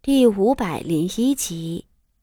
第501集。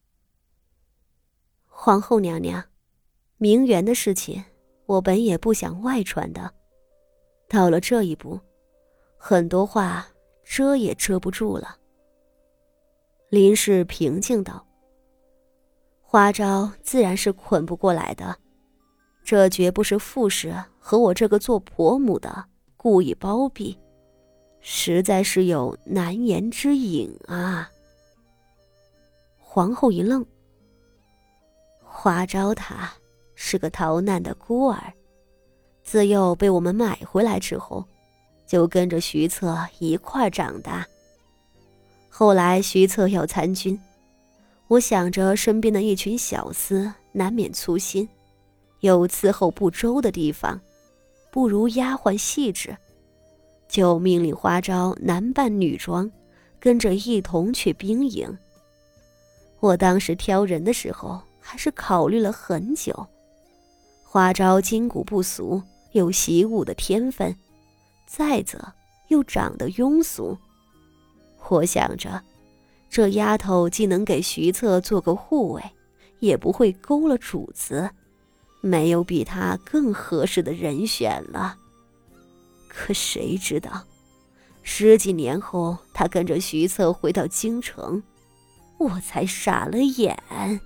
皇后娘娘，明媛的事情我本也不想外传的，到了这一步，很多话遮也遮不住了。林氏平静道：花招自然是捆不过来的，这绝不是傅氏和我这个做婆母的故意包庇，实在是有难言之隐啊。皇后一愣，花招她是个逃难的孤儿，自幼被我们买回来之后，就跟着徐策一块长大。后来徐策要参军，我想着身边的一群小厮难免粗心，有伺候不周的地方，不如丫鬟细致，就命令花招男扮女装，跟着一同去兵营。我当时挑人的时候还是考虑了很久，花招筋骨不俗，有习武的天分，再则又长得庸俗。我想着这丫头既能给徐策做个护卫，也不会勾了主子，没有比她更合适的人选了。可谁知道10几年后，她跟着徐策回到京城，我才傻了眼。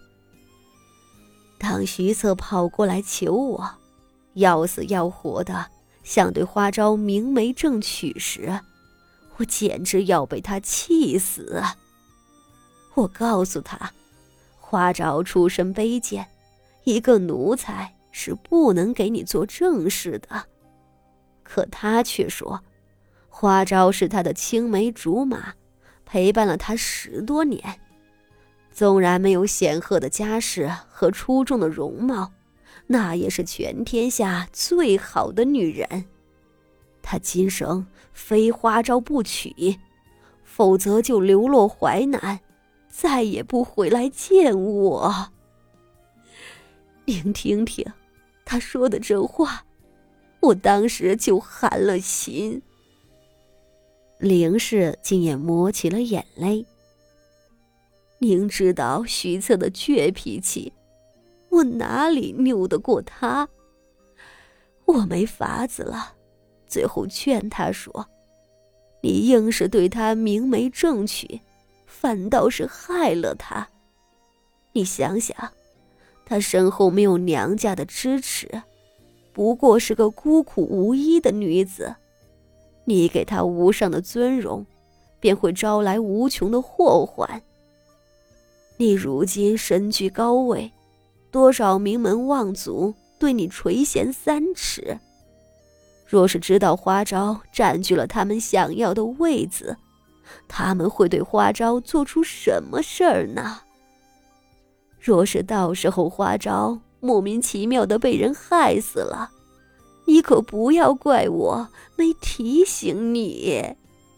当徐策跑过来求我，要死要活的想对花招明媒正娶时，我简直要被他气死。我告诉他，花招出身卑贱，一个奴才是不能给你做正事的。可他却说，花招是他的青梅竹马，陪伴了他10多年，纵然没有显赫的家世和出众的容貌，那也是全天下最好的女人。他今生非花招不娶，否则就流落淮南，再也不回来见我。您听听他说的这话，我当时就寒了心。凌氏竟也抹起了眼泪。您知道徐策的倔脾气，我哪里拗得过他？我没法子了，最后劝他说，你硬是对他明媒正娶，反倒是害了他。你想想，他身后没有娘家的支持，不过是个孤苦无依的女子，你给她无上的尊荣，便会招来无穷的祸患。你如今身居高位，多少名门望族对你垂涎3尺，若是知道花招占据了他们想要的位子，他们会对花招做出什么事儿呢？若是到时候花招莫名其妙的被人害死了，你可不要怪我没提醒你。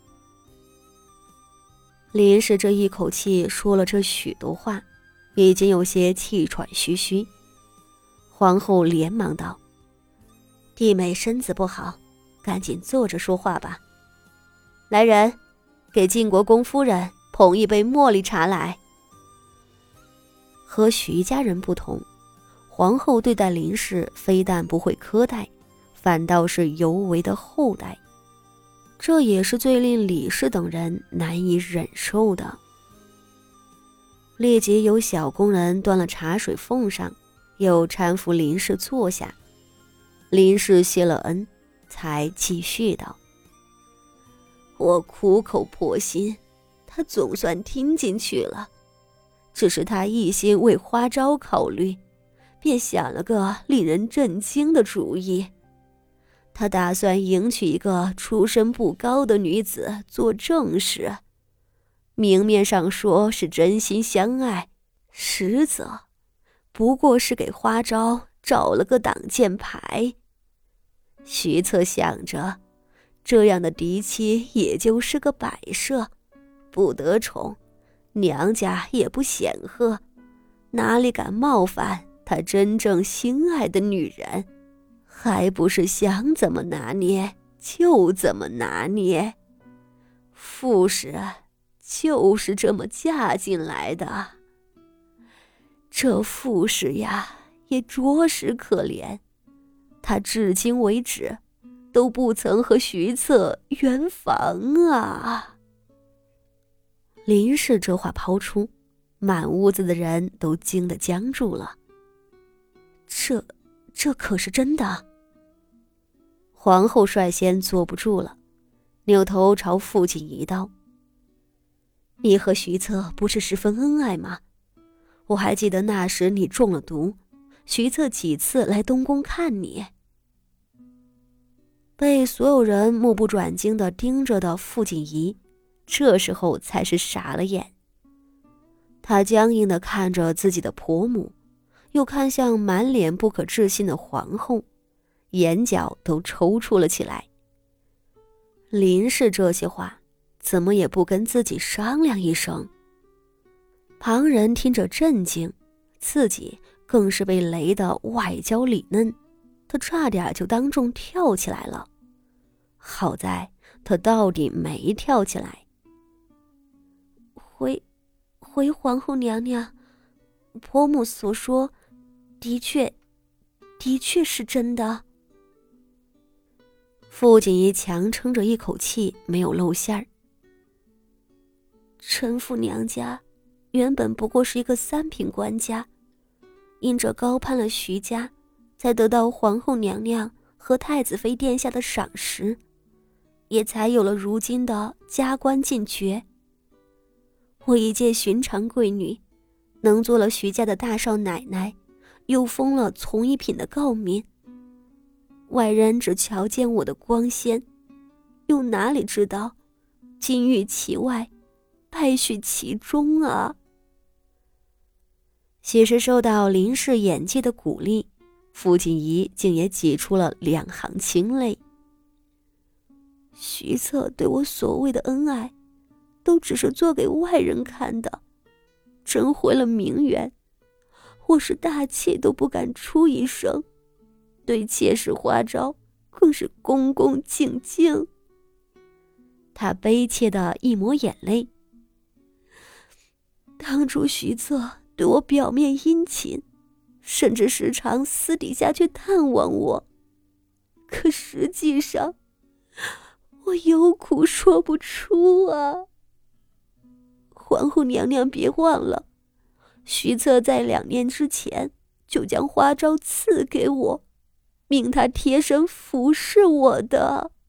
林氏这一口气说了这许多话，已经有些气喘吁吁。皇后连忙道：弟妹身子不好，赶紧坐着说话吧。来人，给晋国公夫人捧一杯茉莉茶来。和徐家人不同，皇后对待林氏非但不会苛待，反倒是尤为的厚待，这也是最令李氏等人难以忍受的。立即有小工人端了茶水奉上，又搀扶林氏坐下。林氏谢了恩，才继续道：我苦口婆心，他总算听进去了，只是他一心为花招考虑，便想了个令人震惊的主意。他打算迎娶一个出身不高的女子做正室，明面上说是真心相爱，实则不过是给花招找了个挡箭牌。徐策想着，这样的嫡妻也就是个摆设，不得宠，娘家也不显赫，哪里敢冒犯他真正心爱的女人，还不是想怎么拿捏就怎么拿捏。傅氏就是这么嫁进来的。这傅氏呀，也着实可怜，他至今为止都不曾和徐策圆房啊。林氏这话抛出，满屋子的人都惊得僵住了。这可是真的？皇后率先坐不住了，扭头朝傅锦仪道：“你和徐策不是十分恩爱吗？我还记得那时你中了毒，徐策几次来东宫看你。”被所有人目不转睛地盯着的傅锦仪，这时候才是傻了眼。她僵硬地看着自己的婆母，又看向满脸不可置信的皇后，眼角都抽搐了起来。林氏这些话怎么也不跟自己商量一声？旁人听着震惊，自己更是被雷得外焦里嫩，他差点就当众跳起来了。好在他到底没跳起来。回皇后娘娘，婆母所说的确是真的。傅锦仪强撑着一口气没有露馅儿。臣妇娘家原本不过是一个三品官家，因着高攀了徐家，才得到皇后娘娘和太子妃殿下的赏识，也才有了如今的加官进爵。我一介寻常贵女，能做了徐家的大少奶奶，又封了从一品的诰命。外人只瞧见我的光鲜，又哪里知道金玉其外，败絮其中啊。许是受到林氏演技的鼓励，傅锦仪竟也挤出了2行清泪。徐策对我所谓的恩爱，都只是做给外人看的，真回了名媛，我是大气都不敢出一声，对妾室花招更是恭恭敬敬。他悲切的一抹眼泪。当初徐策对我表面殷勤，甚至时常私底下去探望我，可实际上我有苦说不出啊。皇后娘娘别忘了，徐策在2年之前就将花招赐给我，命他贴身服侍我的。